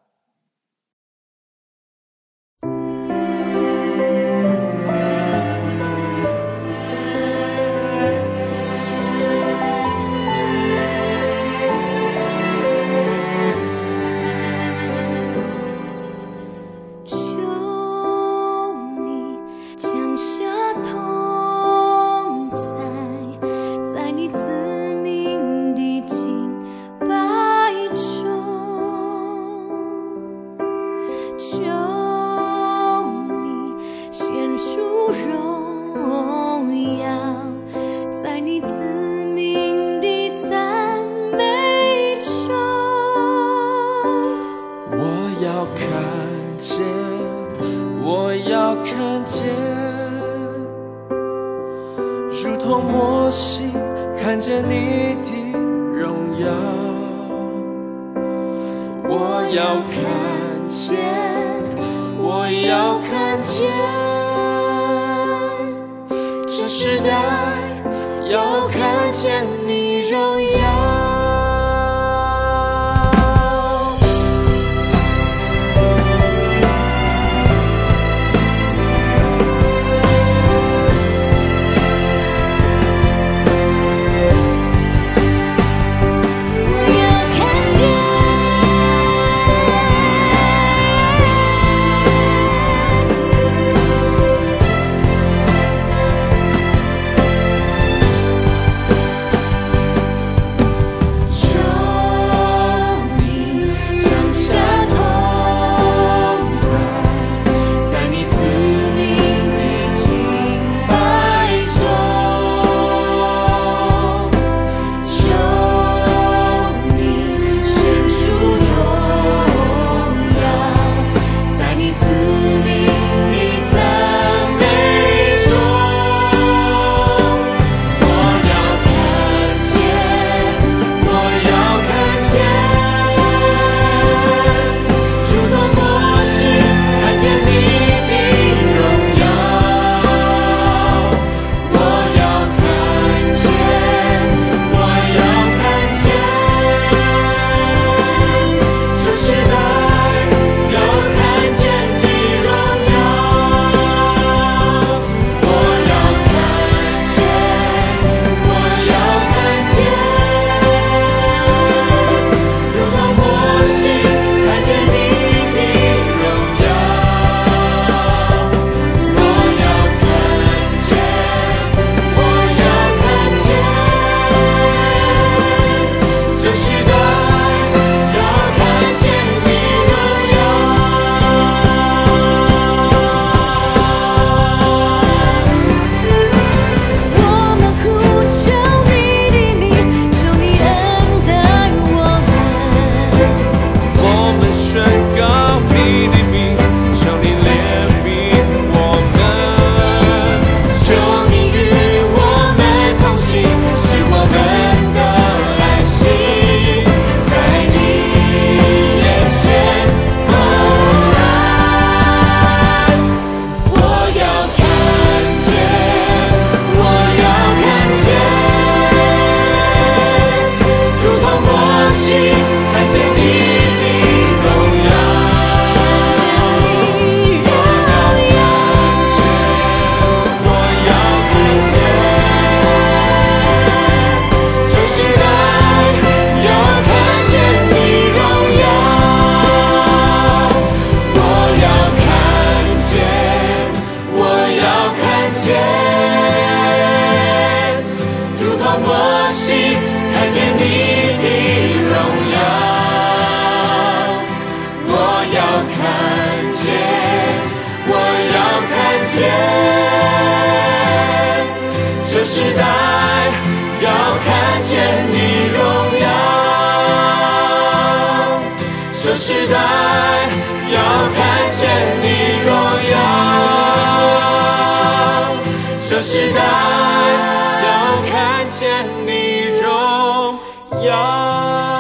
我要看见，如同摩西看见你的荣耀。我要看见，我要看见，这时代要看见你荣耀。这时代要看见你荣耀，这时代要看见你荣耀，这时代要看见你荣耀。